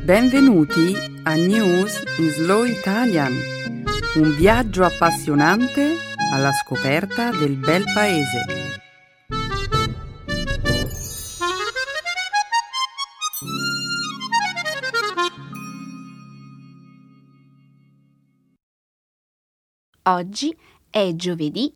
Benvenuti a News in Slow Italian, un viaggio appassionante alla scoperta del bel paese. Oggi è giovedì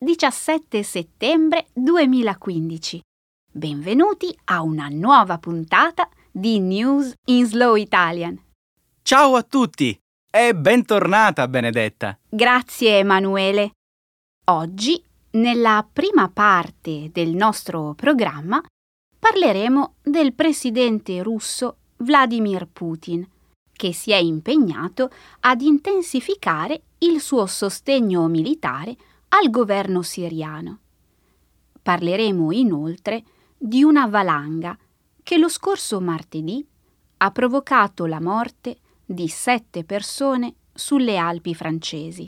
17 settembre 2015. Benvenuti a una nuova puntata di News in Slow Italian. Ciao a tutti e bentornata Benedetta. Grazie Emanuele. Oggi, nella prima parte del nostro programma, parleremo del presidente russo Vladimir Putin, che si è impegnato ad intensificare il suo sostegno militare al governo siriano. Parleremo inoltre di una valanga che lo scorso martedì ha provocato la morte di 7 persone sulle Alpi francesi.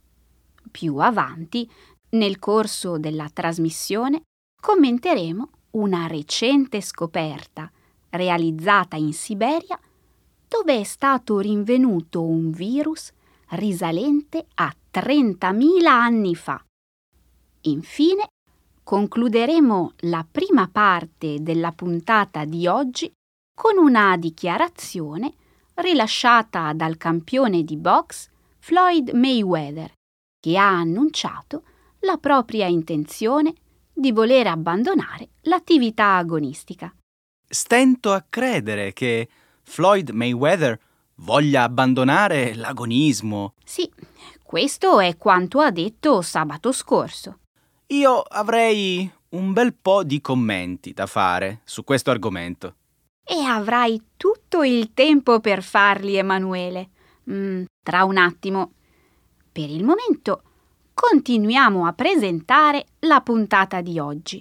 Più avanti, nel corso della trasmissione, commenteremo una recente scoperta realizzata in Siberia, dove è stato rinvenuto un virus risalente a 30.000 anni fa. Infine, concluderemo la prima parte della puntata di oggi con una dichiarazione rilasciata dal campione di boxe Floyd Mayweather, che ha annunciato la propria intenzione di voler abbandonare l'attività agonistica. Stento a credere che Floyd Mayweather voglia abbandonare l'agonismo. Sì, questo è quanto ha detto sabato scorso. Io avrei un bel po' di commenti da fare su questo argomento. E avrai tutto il tempo per farli, Emanuele. Tra un attimo. Per il momento continuiamo a presentare la puntata di oggi.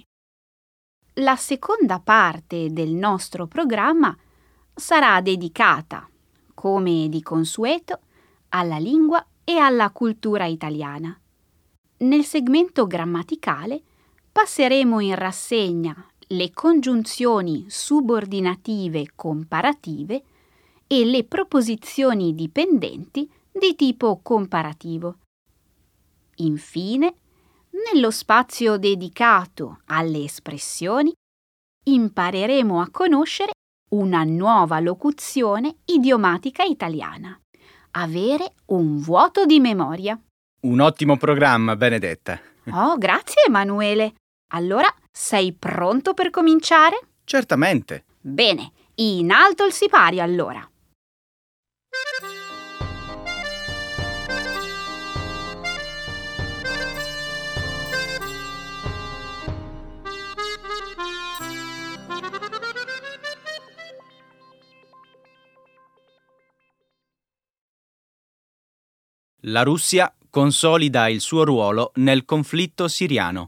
La seconda parte del nostro programma sarà dedicata, come di consueto, alla lingua e alla cultura italiana. Nel segmento grammaticale passeremo in rassegna le congiunzioni subordinative comparative e le proposizioni dipendenti di tipo comparativo. Infine, nello spazio dedicato alle espressioni, impareremo a conoscere una nuova locuzione idiomatica italiana. Avere un vuoto di memoria. Un ottimo programma, Benedetta. Oh, grazie Emanuele. Allora, sei pronto per cominciare? Certamente. Bene, in alto il sipario allora. La Russia consolida il suo ruolo nel conflitto siriano.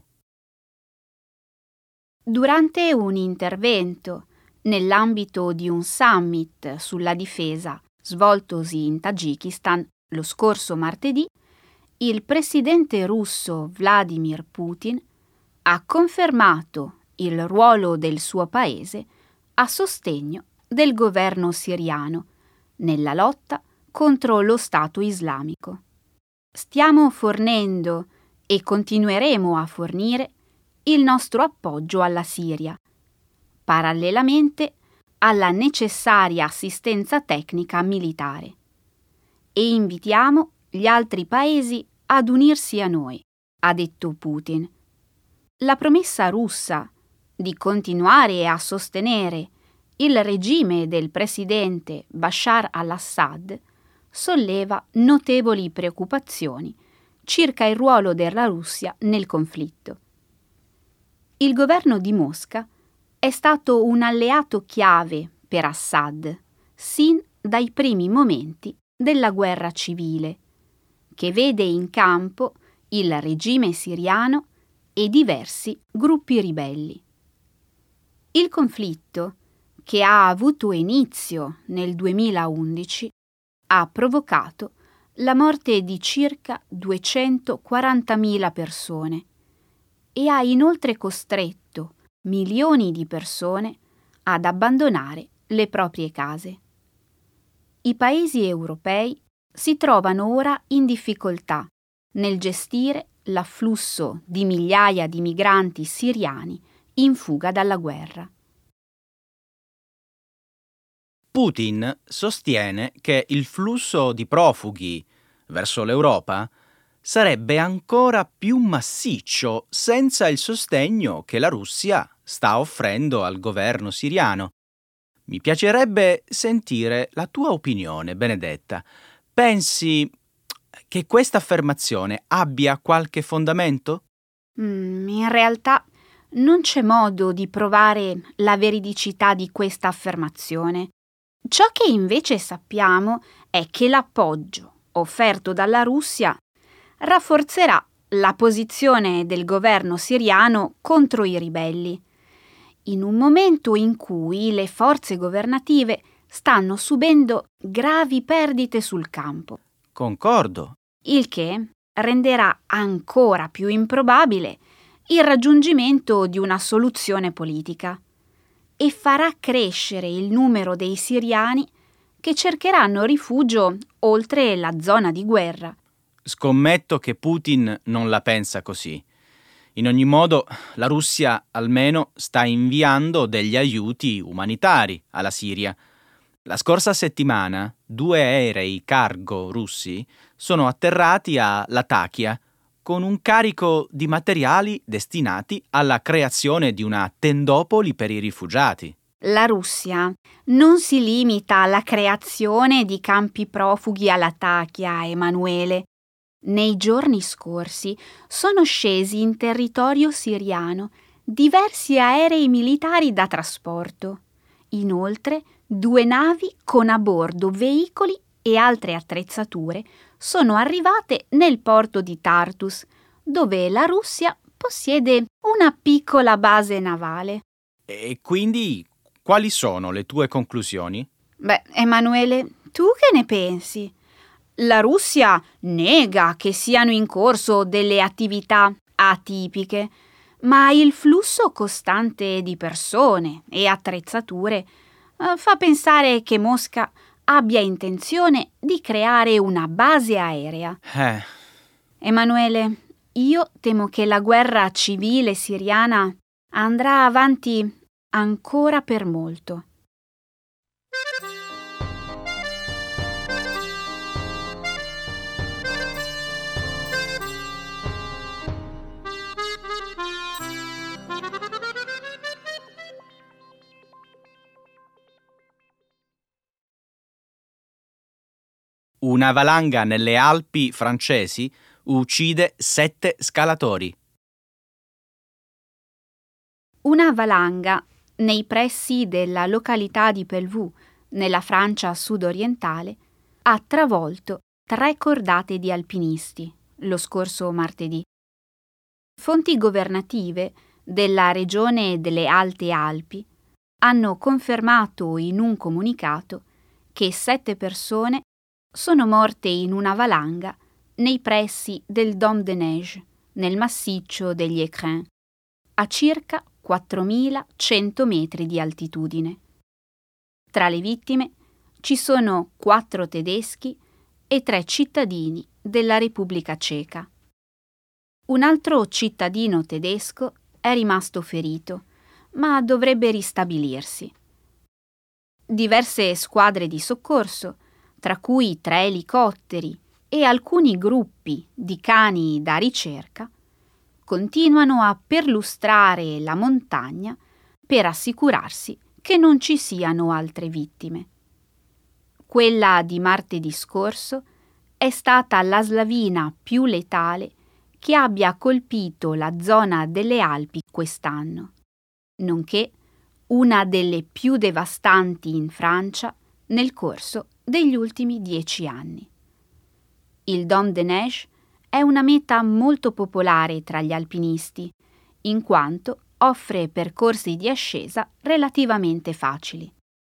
Durante un intervento nell'ambito di un summit sulla difesa svoltosi in Tagikistan lo scorso martedì, il presidente russo Vladimir Putin ha confermato il ruolo del suo paese a sostegno del governo siriano nella lotta contro lo Stato islamico. Stiamo fornendo e continueremo a fornire il nostro appoggio alla Siria, parallelamente alla necessaria assistenza tecnica militare, e invitiamo gli altri paesi ad unirsi a noi, ha detto Putin. La promessa russa di continuare a sostenere il regime del presidente Bashar al-Assad solleva notevoli preoccupazioni circa il ruolo della Russia nel conflitto. Il governo di Mosca è stato un alleato chiave per Assad sin dai primi momenti della guerra civile, che vede in campo il regime siriano e diversi gruppi ribelli. Il conflitto, che ha avuto inizio nel 2011, ha provocato la morte di circa 240.000 persone e ha inoltre costretto milioni di persone ad abbandonare le proprie case. I paesi europei si trovano ora in difficoltà nel gestire l'afflusso di migliaia di migranti siriani in fuga dalla guerra. Putin sostiene che il flusso di profughi verso l'Europa sarebbe ancora più massiccio senza il sostegno che la Russia sta offrendo al governo siriano. Mi piacerebbe sentire la tua opinione, Benedetta. Pensi che questa affermazione abbia qualche fondamento? In realtà non c'è modo di provare la veridicità di questa affermazione. Ciò che invece sappiamo è che l'appoggio offerto dalla Russia rafforzerà la posizione del governo siriano contro i ribelli, in un momento in cui le forze governative stanno subendo gravi perdite sul campo. Concordo. Il che renderà ancora più improbabile il raggiungimento di una soluzione politica e farà crescere il numero dei siriani che cercheranno rifugio oltre la zona di guerra. Scommetto che Putin non la pensa così. In ogni modo, la Russia almeno sta inviando degli aiuti umanitari alla Siria. La scorsa settimana 2 aerei cargo russi sono atterrati a Latakia con un carico di materiali destinati alla creazione di una tendopoli per i rifugiati. La Russia non si limita alla creazione di campi profughi a Latakia, Emanuele. Nei giorni scorsi sono scesi in territorio siriano diversi aerei militari da trasporto. Inoltre, 2 navi con a bordo veicoli e altre attrezzature sono arrivate nel porto di Tartus, dove la Russia possiede una piccola base navale. E quindi, quali sono le tue conclusioni? Emanuele, tu che ne pensi? La Russia nega che siano in corso delle attività atipiche, ma il flusso costante di persone e attrezzature fa pensare che Mosca abbia intenzione di creare una base aerea. Emanuele, io temo che la guerra civile siriana andrà avanti ancora per molto. Una valanga nelle Alpi francesi uccide 7 scalatori. Una valanga nei pressi della località di Pelvoux, nella Francia sud-orientale, ha travolto 3 cordate di alpinisti lo scorso martedì. Fonti governative della regione delle Alte Alpi hanno confermato in un comunicato che 7 persone sono morte in una valanga nei pressi del Dôme des Neiges, nel massiccio degli Écrins, a circa 4.100 metri di altitudine. Tra le vittime ci sono 4 tedeschi e 3 cittadini della Repubblica Ceca. Un altro cittadino tedesco è rimasto ferito, ma dovrebbe ristabilirsi. Diverse squadre di soccorso, tra cui 3 elicotteri e alcuni gruppi di cani da ricerca, continuano a perlustrare la montagna per assicurarsi che non ci siano altre vittime. Quella di martedì scorso è stata la slavina più letale che abbia colpito la zona delle Alpi quest'anno, nonché una delle più devastanti in Francia nel corso degli ultimi 10 anni. Il Dôme des Neiges è una meta molto popolare tra gli alpinisti, in quanto offre percorsi di ascesa relativamente facili.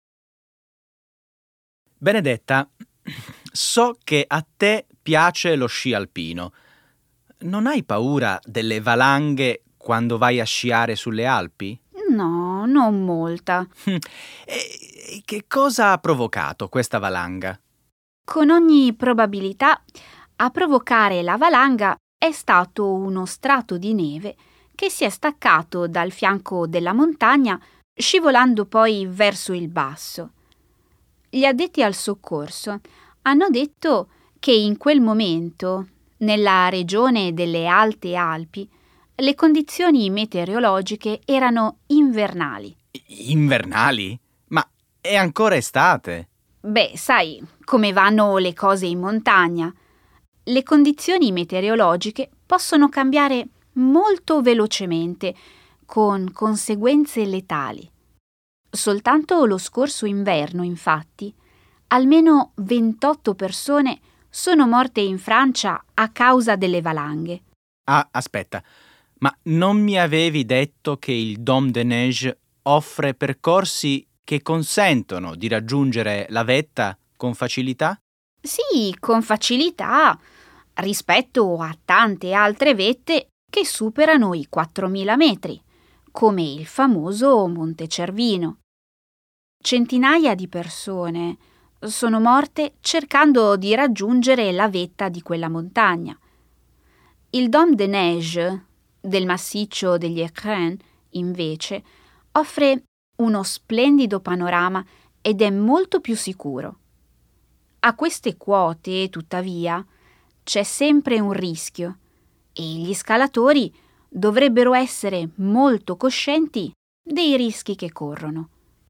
Benedetta, so che a te piace lo sci alpino. Non hai paura delle valanghe quando vai a sciare sulle Alpi? No, non molta. E che cosa ha provocato questa valanga? Con ogni probabilità, a provocare la valanga è stato uno strato di neve che si è staccato dal fianco della montagna, scivolando poi verso il basso. Gli addetti al soccorso hanno detto che in quel momento, nella regione delle Alte Alpi, le condizioni meteorologiche erano invernali. Invernali? Ma è ancora estate. Beh, sai come vanno le cose in montagna. Le condizioni meteorologiche possono cambiare molto velocemente, con conseguenze letali. Soltanto lo scorso inverno, infatti, almeno 28 persone sono morte in Francia a causa delle valanghe. Ah, aspetta, ma non mi avevi detto che il Dôme des Neiges offre percorsi che consentono di raggiungere la vetta con facilità? Sì, con facilità, rispetto a tante altre vette che superano i 4.000 metri, come il famoso Monte Cervino. Centinaia di persone sono morte cercando di raggiungere la vetta di quella montagna. Il Dôme des Neiges del massiccio degli Écrins, invece, offre uno splendido panorama ed è molto più sicuro. A queste quote, tuttavia, c'è sempre un rischio e gli scalatori dovrebbero essere molto coscienti dei rischi che corrono.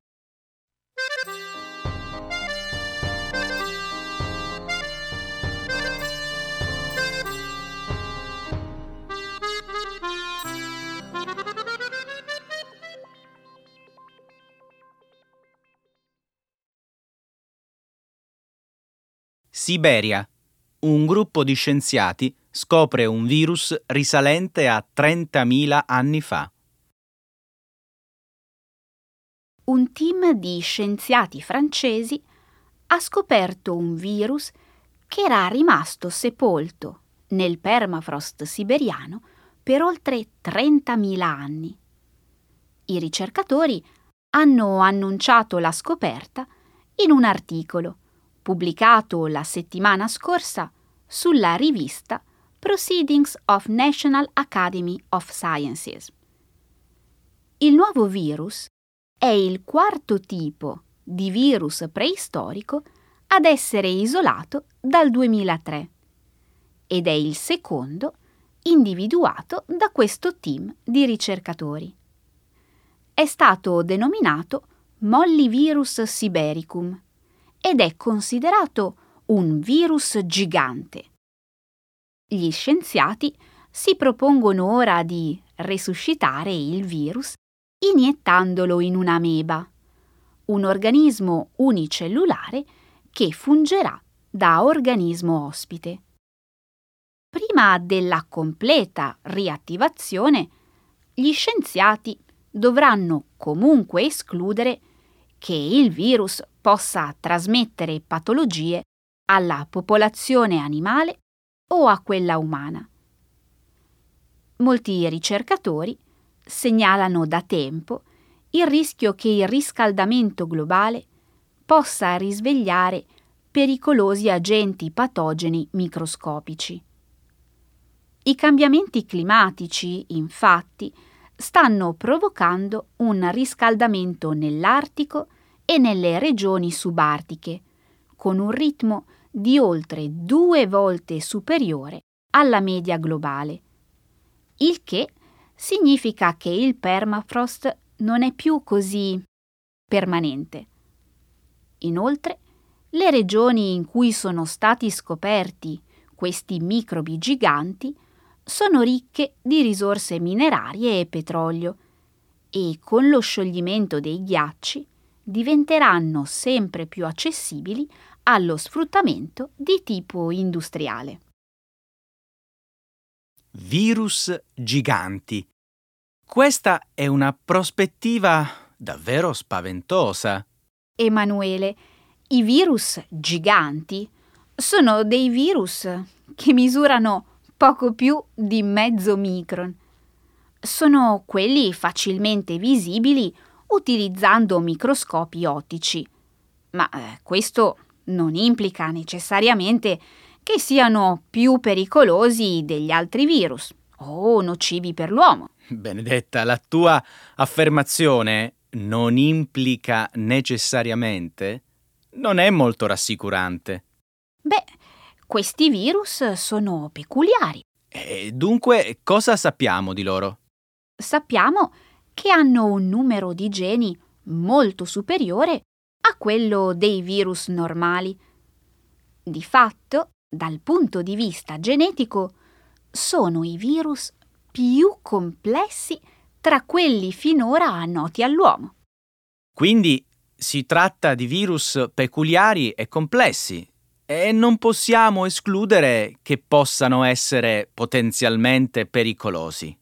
Siberia. Un gruppo di scienziati scopre un virus risalente a 30.000 anni fa. Un team di scienziati francesi ha scoperto un virus che era rimasto sepolto nel permafrost siberiano per oltre 30.000 anni. I ricercatori hanno annunciato la scoperta in un articolo pubblicato la settimana scorsa sulla rivista Proceedings of National Academy of Sciences. Il nuovo virus è il quarto tipo di virus preistorico ad essere isolato dal 2003 ed è il secondo individuato da questo team di ricercatori. È stato denominato Mollivirus sibericum ed è considerato un virus gigante. Gli scienziati si propongono ora di resuscitare il virus iniettandolo in un'ameba, un organismo unicellulare che fungerà da organismo ospite. Prima della completa riattivazione, gli scienziati dovranno comunque escludere che il virus possa trasmettere patologie alla popolazione animale o a quella umana. Molti ricercatori segnalano da tempo il rischio che il riscaldamento globale possa risvegliare pericolosi agenti patogeni microscopici. I cambiamenti climatici, infatti, stanno provocando un riscaldamento nell'Artico e nelle regioni subartiche, con un ritmo di oltre 2 volte superiore alla media globale, il che significa che il permafrost non è più così permanente. Inoltre, le regioni in cui sono stati scoperti questi microbi giganti sono ricche di risorse minerarie e petrolio e con lo scioglimento dei ghiacci diventeranno sempre più accessibili allo sfruttamento di tipo industriale. Virus giganti. Questa è una prospettiva davvero spaventosa. Emanuele, i virus giganti sono dei virus che misurano poco più di mezzo micron. Sono quelli facilmente visibili utilizzando microscopi ottici Ma questo non implica necessariamente che siano più pericolosi degli altri virus o nocivi per l'uomo. Benedetta, la tua affermazione non implica necessariamente non è molto rassicurante. Beh, questi virus sono peculiari. E dunque, cosa sappiamo di loro? Sappiamo che hanno un numero di geni molto superiore a quello dei virus normali. Di fatto, dal punto di vista genetico, sono i virus più complessi tra quelli finora noti all'uomo. Quindi si tratta di virus peculiari e complessi e non possiamo escludere che possano essere potenzialmente pericolosi.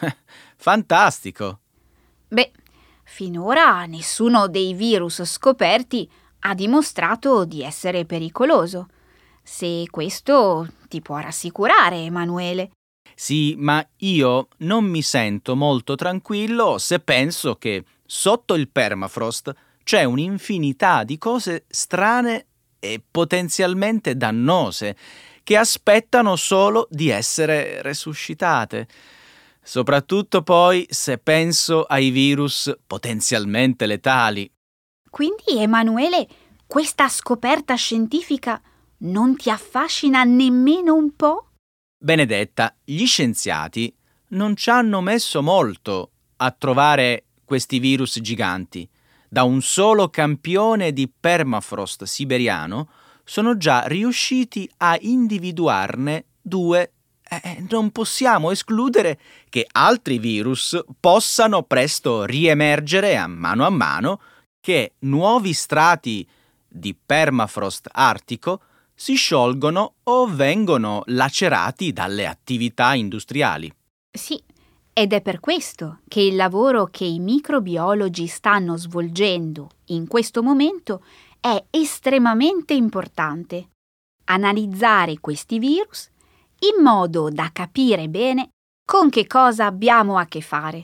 Fantastico! Beh, finora nessuno dei virus scoperti ha dimostrato di essere pericoloso. Se questo ti può rassicurare, Emanuele. Sì, ma io non mi sento molto tranquillo se penso che sotto il permafrost c'è un'infinità di cose strane e potenzialmente dannose che aspettano solo di essere resuscitate. Soprattutto poi se penso ai virus potenzialmente letali. Quindi, Emanuele, questa scoperta scientifica non ti affascina nemmeno un po'? Benedetta, gli scienziati non ci hanno messo molto a trovare questi virus giganti. Da un solo campione di permafrost siberiano sono già riusciti a individuarne 2. Non possiamo escludere che altri virus possano presto riemergere a mano che nuovi strati di permafrost artico si sciolgono o vengono lacerati dalle attività industriali. Sì, ed è per questo che il lavoro che i microbiologi stanno svolgendo in questo momento è estremamente importante. Analizzare questi virus in modo da capire bene con che cosa abbiamo a che fare.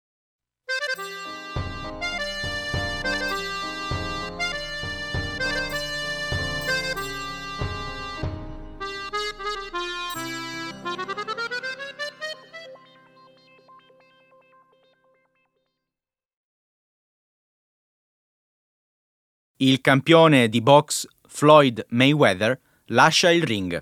Il campione di box Floyd Mayweather lascia il ring.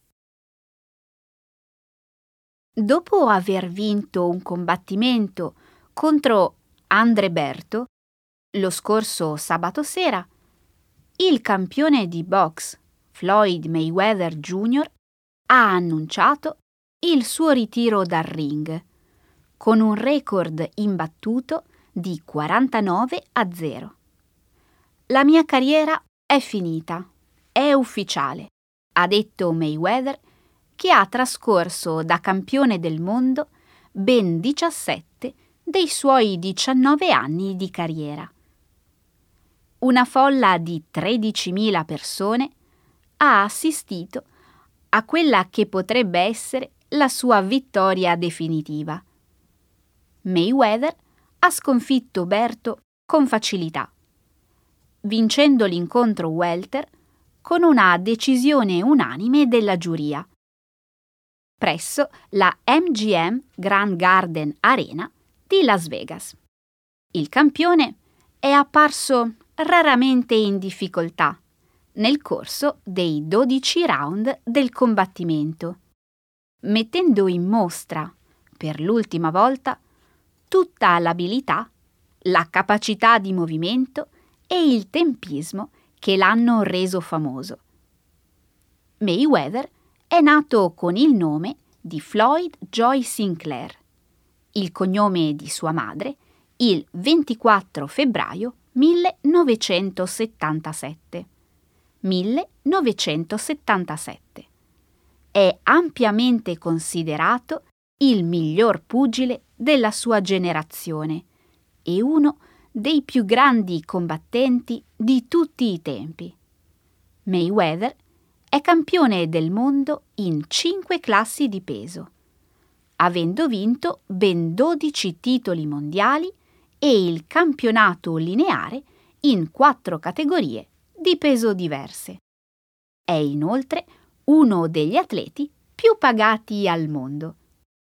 Dopo aver vinto un combattimento contro Andre Berto, lo scorso sabato sera, il campione di box Floyd Mayweather Jr. ha annunciato il suo ritiro dal ring, con un record imbattuto di 49-0. La mia carriera è finita, è ufficiale, ha detto Mayweather, che ha trascorso da campione del mondo ben 17 dei suoi 19 anni di carriera. Una folla di 13.000 persone ha assistito a quella che potrebbe essere la sua vittoria definitiva. Mayweather ha sconfitto Berto con facilità, vincendo l'incontro welter con una decisione unanime della giuria, presso la MGM Grand Garden Arena di Las Vegas. Il campione è apparso raramente in difficoltà nel corso dei 12 round del combattimento, mettendo in mostra, per l'ultima volta, tutta l'abilità, la capacità di movimento e il tempismo che l'hanno reso famoso. Mayweather è nato con il nome di Floyd Joy Sinclair, il cognome di sua madre, il 24 febbraio 1977. 1977. È ampiamente considerato il miglior pugile della sua generazione e uno dei più grandi combattenti di tutti i tempi. Mayweather è campione del mondo in 5 classi di peso, avendo vinto ben 12 titoli mondiali e il campionato lineare in 4 categorie di peso diverse. È inoltre uno degli atleti più pagati al mondo.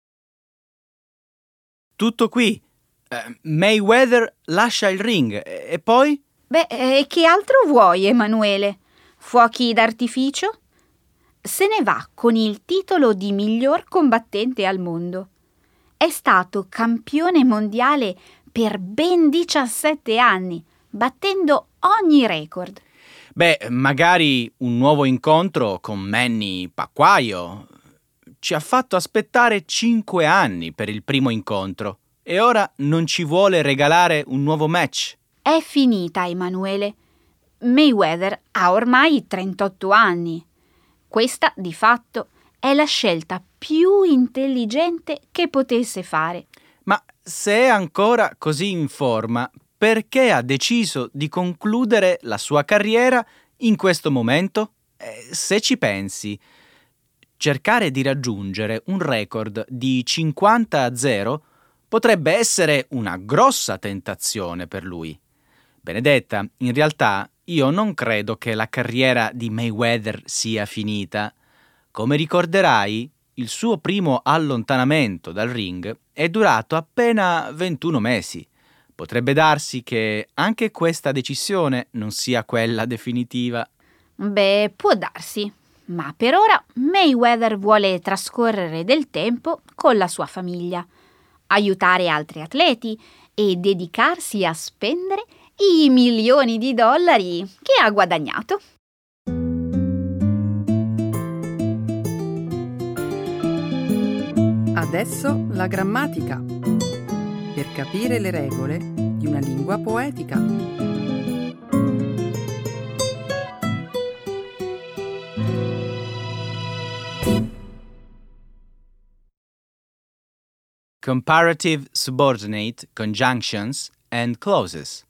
Tutto qui. Mayweather lascia il ring e poi? Che altro vuoi, Emanuele? Fuochi d'artificio? Se ne va con il titolo di miglior combattente al mondo. È stato campione mondiale per ben 17 anni, battendo ogni record. Magari un nuovo incontro con Manny Pacquiao. Ci ha fatto aspettare 5 anni per il primo incontro e ora non ci vuole regalare un nuovo match. È finita, Emanuele. Mayweather ha ormai 38 anni. Questa, di fatto, è la scelta più intelligente che potesse fare. Ma se è ancora così in forma, perché ha deciso di concludere la sua carriera in questo momento? Se ci pensi, cercare di raggiungere un record di 50-0 potrebbe essere una grossa tentazione per lui. Benedetta, in realtà io non credo che la carriera di Mayweather sia finita. Come ricorderai, il suo primo allontanamento dal ring è durato appena 21 mesi. Potrebbe darsi che anche questa decisione non sia quella definitiva. Può darsi, ma per ora Mayweather vuole trascorrere del tempo con la sua famiglia, aiutare altri atleti e dedicarsi a spendere i milioni di dollari che ha guadagnato. Adesso la grammatica, per capire le regole di una lingua poetica. Comparative subordinate conjunctions and clauses.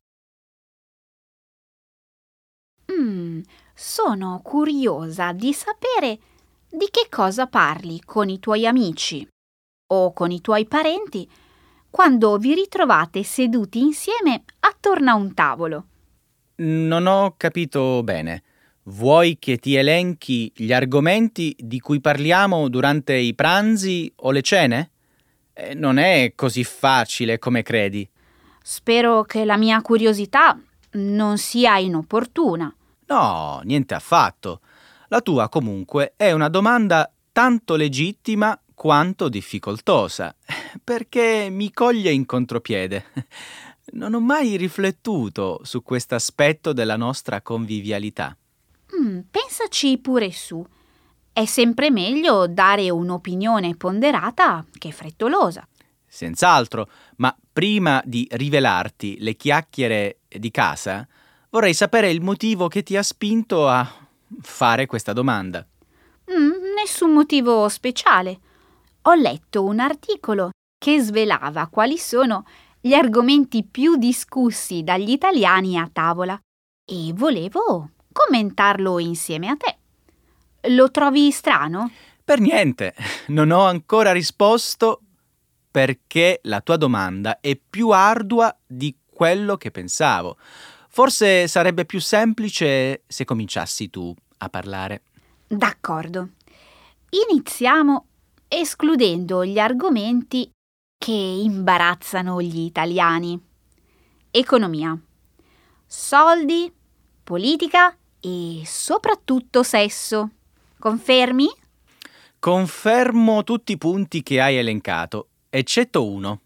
Sono curiosa di sapere di che cosa parli con i tuoi amici o con i tuoi parenti quando vi ritrovate seduti insieme attorno a un tavolo. Non ho capito bene. Vuoi che ti elenchi gli argomenti di cui parliamo durante i pranzi o le cene? Non è così facile come credi. Spero che la mia curiosità non sia inopportuna. No, niente affatto. La tua comunque è una domanda tanto legittima quanto difficoltosa, perché mi coglie in contropiede. Non ho mai riflettuto su questo aspetto della nostra convivialità. Pensaci pure su. È sempre meglio dare un'opinione ponderata che frettolosa. Senz'altro, ma prima di rivelarti le chiacchiere di casa, vorrei sapere il motivo che ti ha spinto a fare questa domanda. Nessun motivo speciale. Ho letto un articolo che svelava quali sono gli argomenti più discussi dagli italiani a tavola e volevo commentarlo insieme a te. Lo trovi strano? Per niente, non ho ancora risposto perché la tua domanda è più ardua di quello che pensavo. Forse sarebbe più semplice se cominciassi tu a parlare. D'accordo. Iniziamo escludendo gli argomenti che imbarazzano gli italiani. Economia, soldi, politica e soprattutto sesso. Confermi? Confermo tutti i punti che hai elencato, eccetto uno.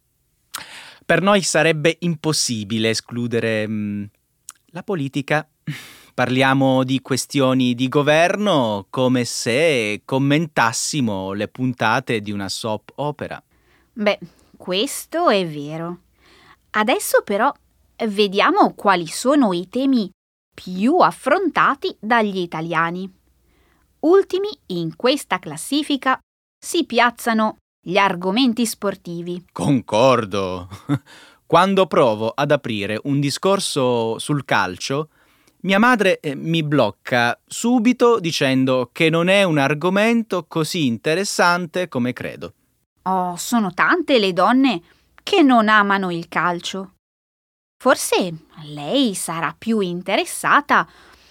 Per noi sarebbe impossibile escludere la politica. Parliamo di questioni di governo come se commentassimo le puntate di una soap opera. Questo è vero. Adesso però vediamo quali sono i temi più affrontati dagli italiani. Ultimi in questa classifica si piazzano gli argomenti sportivi. Concordo. Quando provo ad aprire un discorso sul calcio, mia madre mi blocca subito dicendo che non è un argomento così interessante come credo. Sono tante le donne che non amano il calcio. Forse lei sarà più interessata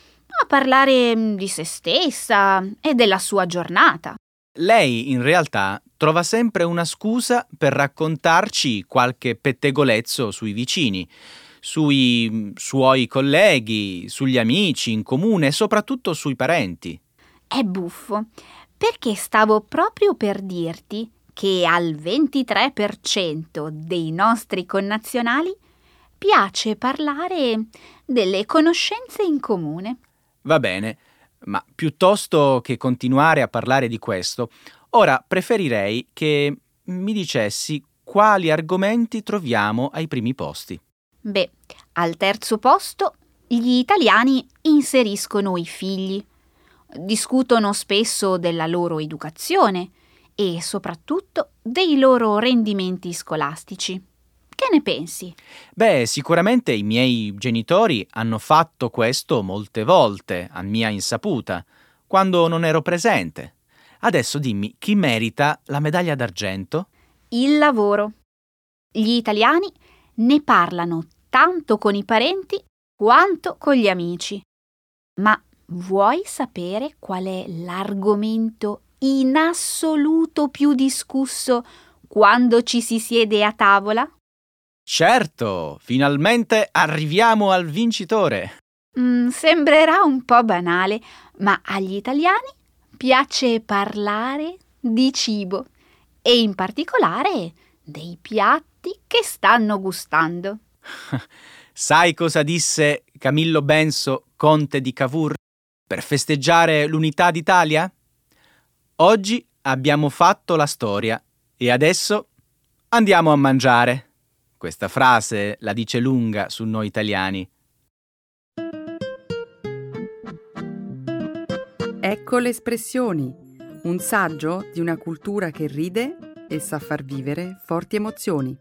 a parlare di se stessa e della sua giornata. Lei in realtà trova sempre una scusa per raccontarci qualche pettegolezzo sui vicini, sui suoi colleghi, sugli amici in comune e soprattutto sui parenti. È buffo, perché stavo proprio per dirti che al 23% dei nostri connazionali piace parlare delle conoscenze in comune. Va bene, ma piuttosto che continuare a parlare di questo, ora preferirei che mi dicessi quali argomenti troviamo ai primi posti. Beh, al terzo posto gli italiani inseriscono i figli, discutono spesso della loro educazione e soprattutto dei loro rendimenti scolastici. Che ne pensi? Beh, sicuramente i miei genitori hanno fatto questo molte volte, a mia insaputa, quando non ero presente. Adesso dimmi, chi merita la medaglia d'argento? Il lavoro. Gli italiani ne parlano tanto con i parenti quanto con gli amici. Ma vuoi sapere qual è l'argomento in assoluto più discusso quando ci si siede a tavola? Certo, finalmente arriviamo al vincitore. Sembrerà un po' banale, ma agli italiani piace parlare di cibo e in particolare dei piatti che stanno gustando. Sai cosa disse Camillo Benso, conte di Cavour, per festeggiare l'unità d'Italia? Oggi abbiamo fatto la storia e adesso andiamo a mangiare. Questa frase la dice lunga su noi italiani. Ecco le espressioni, un saggio di una cultura che ride e sa far vivere forti emozioni.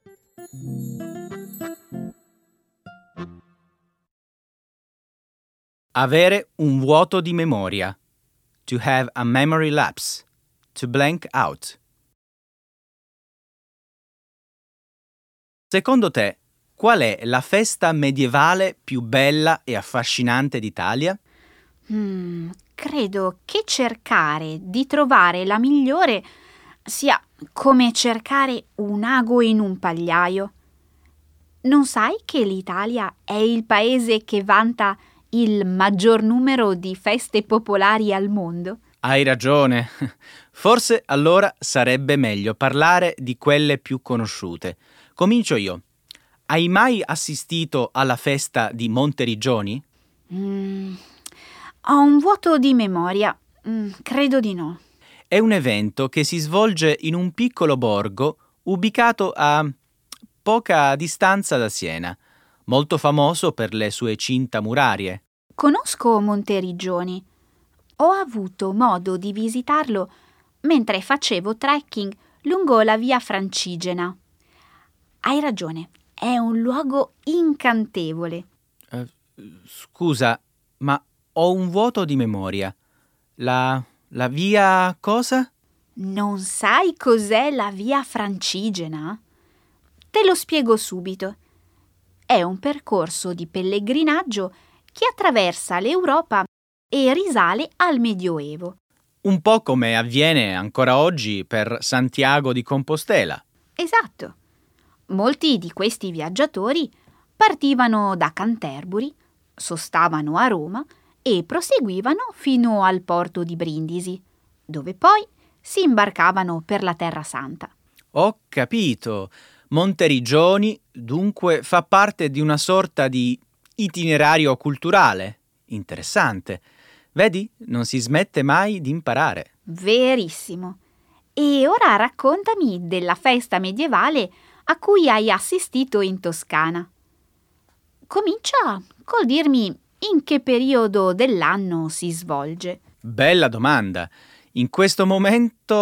Avere un vuoto di memoria. To have a memory lapse. To blank out. Secondo te, qual è la festa medievale più bella e affascinante d'Italia? Credo che cercare di trovare la migliore sia come cercare un ago in un pagliaio. Non sai che l'Italia è il paese che vanta il maggior numero di feste popolari al mondo? Hai ragione. Forse allora sarebbe meglio parlare di quelle più conosciute. Comincio io. Hai mai assistito alla festa di Monteriggioni? Ho un vuoto di memoria. Credo di no. È un evento che si svolge in un piccolo borgo ubicato a poca distanza da Siena, molto famoso per le sue cinta murarie. Conosco Monteriggioni. Ho avuto modo di visitarlo mentre facevo trekking lungo la via Francigena. Hai ragione, è un luogo incantevole. Scusa, ma ho un vuoto di memoria. La via cosa? Non sai cos'è la via Francigena? Te lo spiego subito. È un percorso di pellegrinaggio che attraversa l'Europa e risale al Medioevo. Un po' come avviene ancora oggi per Santiago di Compostela. Esatto. Molti di questi viaggiatori partivano da Canterbury, sostavano a Roma e proseguivano fino al porto di Brindisi, dove poi si imbarcavano per la Terra Santa. Ho capito. Monteriggioni dunque fa parte di una sorta di itinerario culturale. Interessante. Vedi, non si smette mai di imparare. Verissimo. E ora raccontami della festa medievale a cui hai assistito in Toscana. Comincia col dirmi in che periodo dell'anno si svolge. Bella domanda. In questo momento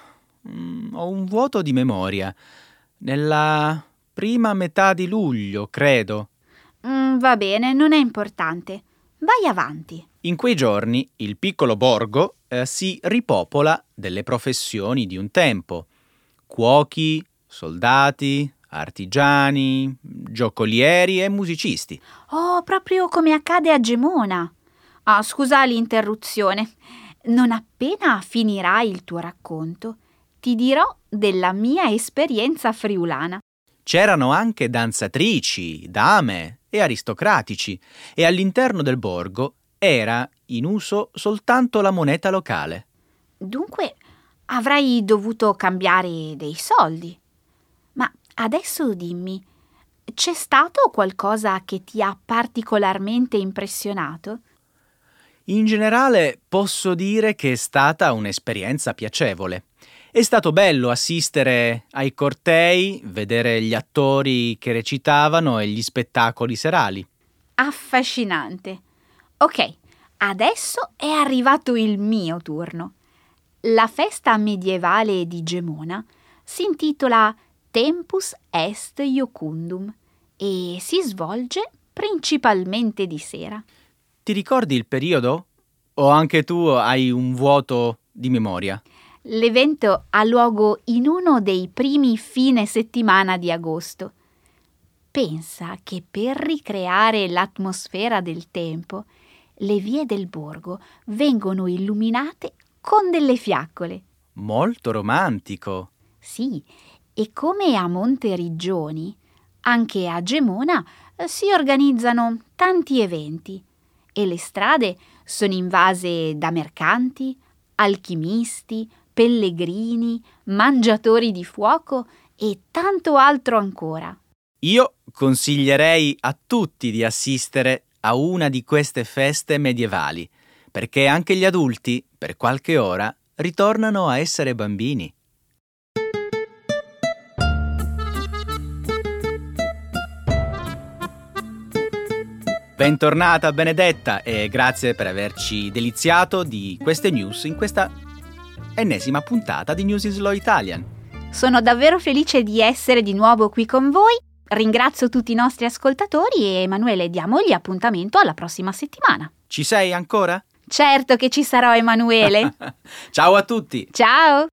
ho un vuoto di memoria. Nella prima metà di luglio, credo. Va bene, non è importante. Vai avanti. In quei giorni il piccolo borgo si ripopola delle professioni di un tempo. Cuochi, soldati, artigiani, giocolieri e musicisti. Oh, proprio come accade a Gemona. Scusa l'interruzione. Non appena finirai il tuo racconto, ti dirò della mia esperienza friulana. C'erano anche danzatrici, dame e aristocratici, e all'interno del borgo era in uso soltanto la moneta locale. Dunque avrai dovuto cambiare dei soldi. Ma adesso dimmi, c'è stato qualcosa che ti ha particolarmente impressionato? In generale posso dire che è stata un'esperienza piacevole. È stato bello assistere ai cortei, vedere gli attori che recitavano e gli spettacoli serali. Affascinante. Ok, adesso è arrivato il mio turno. La festa medievale di Gemona si intitola Tempus est Iocundum e si svolge principalmente di sera. Ti ricordi il periodo? O anche tu hai un vuoto di memoria? L'evento ha luogo in uno dei primi fine settimana di agosto. Pensa che per ricreare l'atmosfera del tempo, le vie del borgo vengono illuminate con delle fiaccole. Molto romantico. Sì, e come a Monteriggioni, anche a Gemona si organizzano tanti eventi e le strade sono invase da mercanti, alchimisti, pellegrini, mangiatori di fuoco e tanto altro ancora. Io consiglierei a tutti di assistere a una di queste feste medievali, perché anche gli adulti, per qualche ora, ritornano a essere bambini. Bentornata Benedetta e grazie per averci deliziato di queste news in questa ennesima puntata di News in Slow Italian. Sono davvero felice di essere di nuovo qui con voi. Ringrazio tutti i nostri ascoltatori e Emanuele, diamogli appuntamento alla prossima settimana. Ci sei ancora? Certo che ci sarò, Emanuele. Ciao a tutti! Ciao!